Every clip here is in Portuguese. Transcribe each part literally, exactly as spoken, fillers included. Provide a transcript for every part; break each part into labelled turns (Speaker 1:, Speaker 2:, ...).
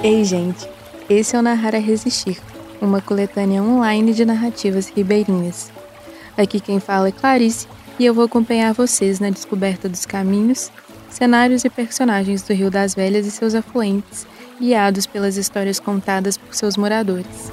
Speaker 1: Ei, gente! Esse é o Narrar a Resistir, uma coletânea online de narrativas ribeirinhas. Aqui quem fala é Clarice e eu vou acompanhar vocês na descoberta dos caminhos, cenários e personagens do Rio das Velhas e seus afluentes, guiados pelas histórias contadas por seus moradores.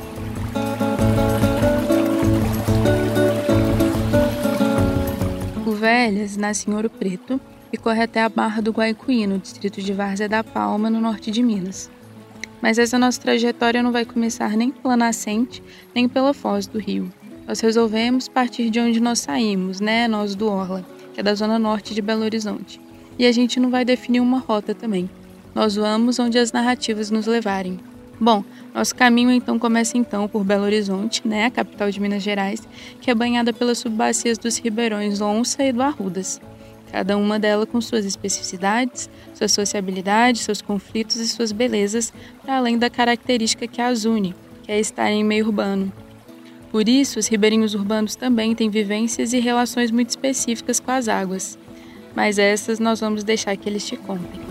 Speaker 1: O Velhas nasce em Ouro Preto e corre até a Barra do Guaicuí, no distrito de Várzea da Palma, no norte de Minas. Mas essa nossa trajetória não vai começar nem pela nascente, nem pela foz do rio. Nós resolvemos partir de onde nós saímos, né, nós do Orla, que é da zona norte de Belo Horizonte. E a gente não vai definir uma rota também. Nós vamos onde as narrativas nos levarem. Bom, nosso caminho então começa então por Belo Horizonte, né, a capital de Minas Gerais, que é banhada pelas subbacias dos ribeirões Onça e do Arrudas. Cada uma delas com suas especificidades, suas sociabilidades, seus conflitos e suas belezas, para além da característica que as une, que é estar em meio urbano. Por isso, os ribeirinhos urbanos também têm vivências e relações muito específicas com as águas. Mas essas nós vamos deixar que eles te contem.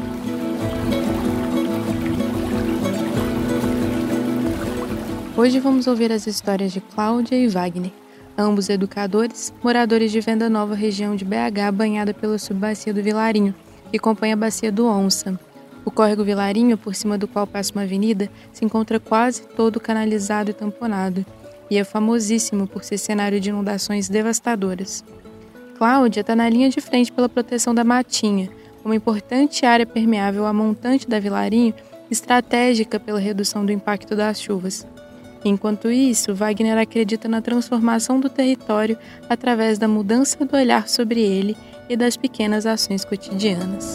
Speaker 1: Hoje vamos ouvir as histórias de Cláudia e Wagner, ambos educadores, moradores de Venda Nova, região de B H, banhada pela subbacia do Vilarinho, que compõe a bacia do Onça. O córrego Vilarinho, por cima do qual passa uma avenida, se encontra quase todo canalizado e tamponado, e é famosíssimo por ser cenário de inundações devastadoras. Cláudia está na linha de frente pela proteção da Matinha, uma importante área permeável a montante da Vilarinho, estratégica pela redução do impacto das chuvas. Enquanto isso, Wagner acredita na transformação do território através da mudança do olhar sobre ele e das pequenas ações cotidianas.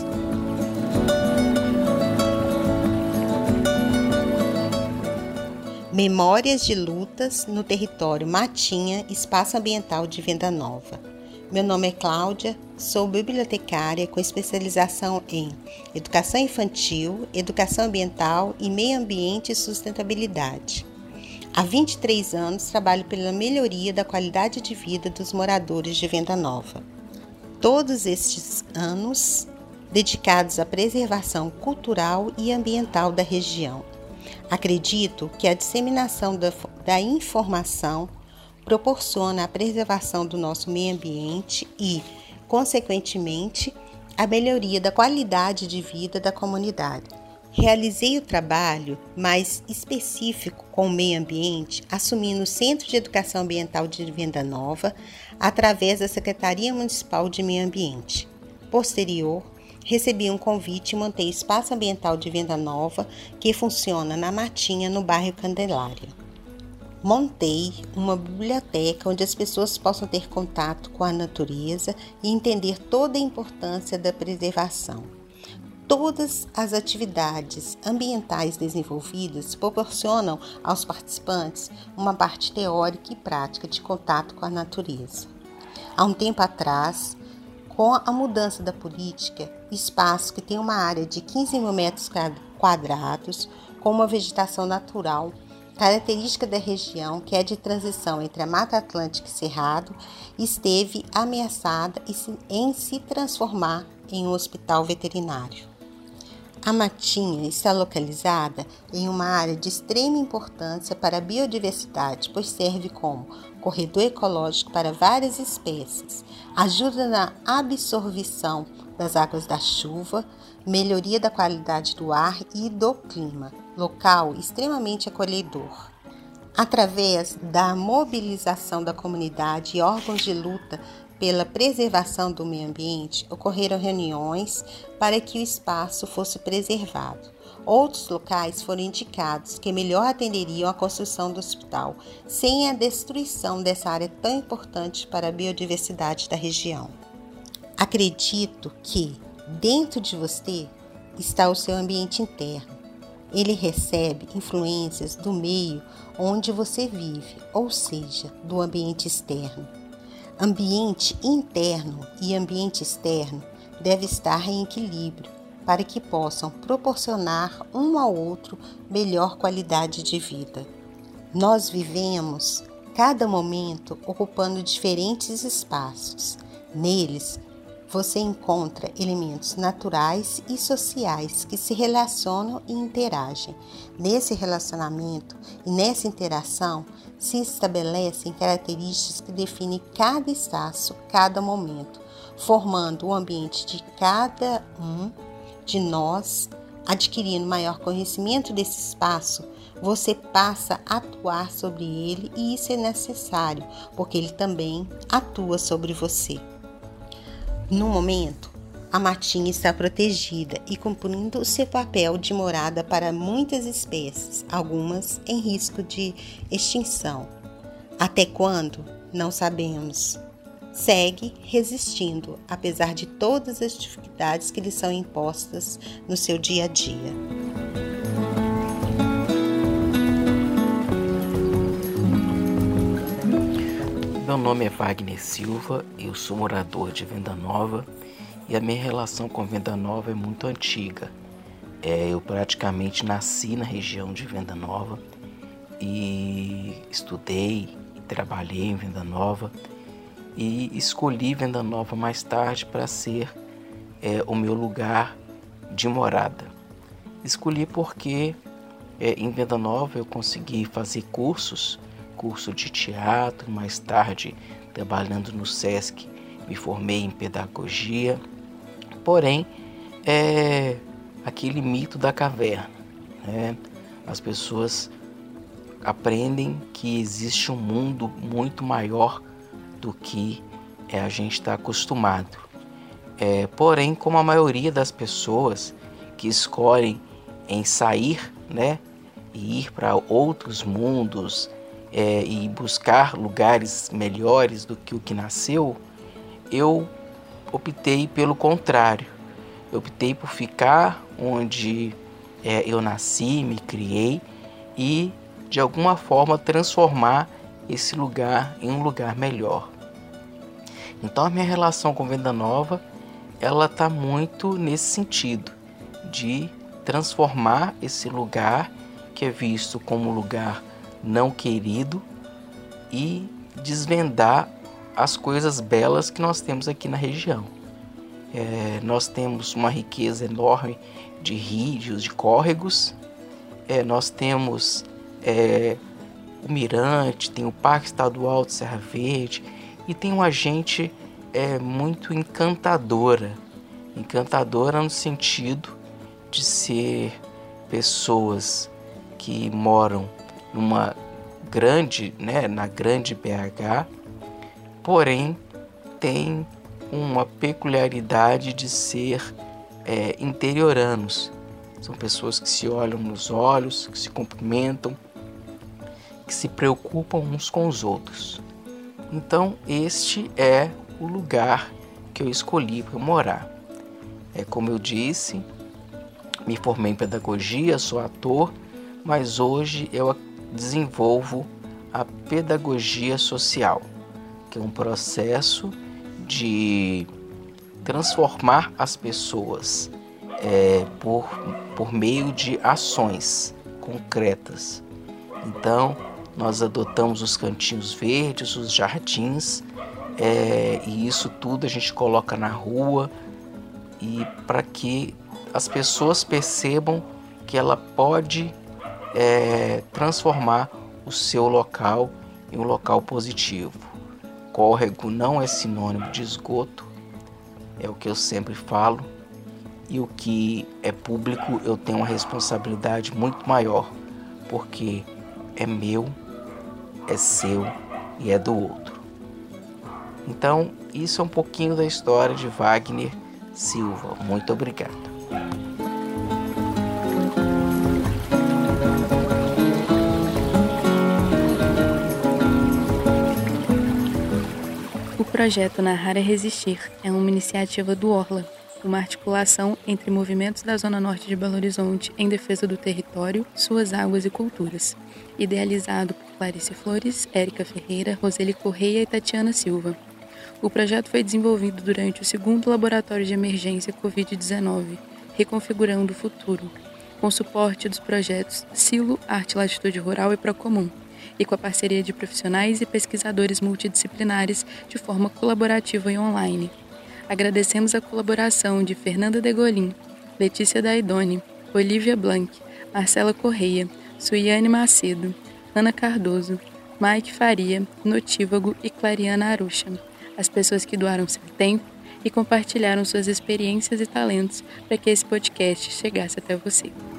Speaker 2: Memórias de lutas no território Matinha, Espaço Ambiental de Venda Nova. Meu nome é Cláudia, sou bibliotecária com especialização em Educação Infantil, Educação Ambiental e Meio Ambiente e Sustentabilidade. Há vinte e três anos trabalho pela melhoria da qualidade de vida dos moradores de Venda Nova. Todos estes anos dedicados à preservação cultural e ambiental da região. Acredito que a disseminação da, da informação proporciona a preservação do nosso meio ambiente e, consequentemente, a melhoria da qualidade de vida da comunidade. Realizei o trabalho mais específico com o meio ambiente, assumindo o Centro de Educação Ambiental de Venda Nova, através da Secretaria Municipal de Meio Ambiente. Posterior, recebi um convite e montei o Espaço Ambiental de Venda Nova, que funciona na Matinha, no bairro Candelária. Montei uma biblioteca onde as pessoas possam ter contato com a natureza e entender toda a importância da preservação. Todas as atividades ambientais desenvolvidas proporcionam aos participantes uma parte teórica e prática de contato com a natureza. Há um tempo atrás, com a mudança da política, espaço que tem uma área de quinze mil metros quadrados, com uma vegetação natural, característica da região, que é de transição entre a Mata Atlântica e Cerrado, esteve ameaçada em se transformar em um hospital veterinário. A Matinha está localizada em uma área de extrema importância para a biodiversidade, pois serve como corredor ecológico para várias espécies, ajuda na absorção das águas da chuva, melhoria da qualidade do ar e do clima, local extremamente acolhedor. Através da mobilização da comunidade e órgãos de luta pela preservação do meio ambiente, ocorreram reuniões para que o espaço fosse preservado. Outros locais foram indicados que melhor atenderiam à construção do hospital, sem a destruição dessa área tão importante para a biodiversidade da região. Acredito que dentro de você está o seu ambiente interno. Ele recebe influências do meio onde você vive, ou seja, do ambiente externo. Ambiente interno e ambiente externo deve estar em equilíbrio para que possam proporcionar um ao outro melhor qualidade de vida. Nós vivemos cada momento ocupando diferentes espaços. Neles, você encontra elementos naturais e sociais que se relacionam e interagem. Nesse relacionamento e nessa interação se estabelecem características que definem cada espaço, cada momento, formando o ambiente de cada um de nós. Adquirindo maior conhecimento desse espaço, você passa a atuar sobre ele, e isso é necessário, porque ele também atua sobre você. No momento, a matinha está protegida e cumprindo o seu papel de morada para muitas espécies, algumas em risco de extinção. Até quando? Não sabemos. Segue resistindo, apesar de todas as dificuldades que lhe são impostas no seu dia a dia.
Speaker 3: Meu nome é Wagner Silva, eu sou morador de Venda Nova e a minha relação com Venda Nova é muito antiga. É, eu praticamente nasci na região de Venda Nova e estudei e trabalhei em Venda Nova. E escolhi Venda Nova mais tarde para ser é, o meu lugar de morada. Escolhi porque é, em Venda Nova eu consegui fazer cursos, curso de teatro, mais tarde trabalhando no SESC, me formei em pedagogia. Porém, é aquele mito da caverna, né? As pessoas aprendem que existe um mundo muito maior do que é, a gente está acostumado. É, porém, como a maioria das pessoas que escolhem em sair, né, e ir para outros mundos é, e buscar lugares melhores do que o que nasceu, eu optei pelo contrário. Eu optei por ficar onde é, eu nasci, me criei e de alguma forma transformar esse lugar em um lugar melhor. Então a minha relação com Venda Nova, ela está muito nesse sentido, de transformar esse lugar que é visto como um lugar não querido e desvendar as coisas belas que nós temos aqui na região. É, nós temos uma riqueza enorme de rios, de córregos, é, nós temos é, o Mirante, tem o Parque Estadual de Serra Verde e tem uma gente é, muito encantadora, encantadora no sentido de ser pessoas que moram numa grande, né, na grande B H, porém tem uma peculiaridade de ser é, interioranos. São pessoas que se olham nos olhos, que se cumprimentam, que se preocupam uns com os outros. Então este é o lugar que eu escolhi para morar. É como eu disse, me formei em pedagogia, sou ator, mas hoje eu desenvolvo a pedagogia social, que é um processo de transformar as pessoas é, por, por meio de ações concretas. Então, nós adotamos os cantinhos verdes, os jardins, é, e isso tudo a gente coloca na rua e para que as pessoas percebam que ela pode é, transformar o seu local em um local positivo. Córrego não é sinônimo de esgoto, é o que eu sempre falo, e o que é público eu tenho uma responsabilidade muito maior, porque é meu, é seu e é do outro. Então, isso é um pouquinho da história de Wagner Silva. Muito obrigado.
Speaker 1: O projeto Narrar é Resistir é uma iniciativa do Orla, uma articulação entre movimentos da Zona Norte de Belo Horizonte em defesa do território, suas águas e culturas, idealizado por Clarice Flores, Érica Ferreira, Roseli Correia e Tatiana Silva. O projeto foi desenvolvido durante o segundo Laboratório de Emergência covid dezenove, Reconfigurando o Futuro, com suporte dos projetos Silo, Arte Latitude Rural e Procomum, e com a parceria de profissionais e pesquisadores multidisciplinares de forma colaborativa e online. Agradecemos a colaboração de Fernanda Degolin, Letícia Daidoni, Olivia Blanc, Marcela Correia, Suiane Macedo, Ana Cardoso, Mike Faria, Notívago e Clariana Arucha, as pessoas que doaram seu tempo e compartilharam suas experiências e talentos para que esse podcast chegasse até você.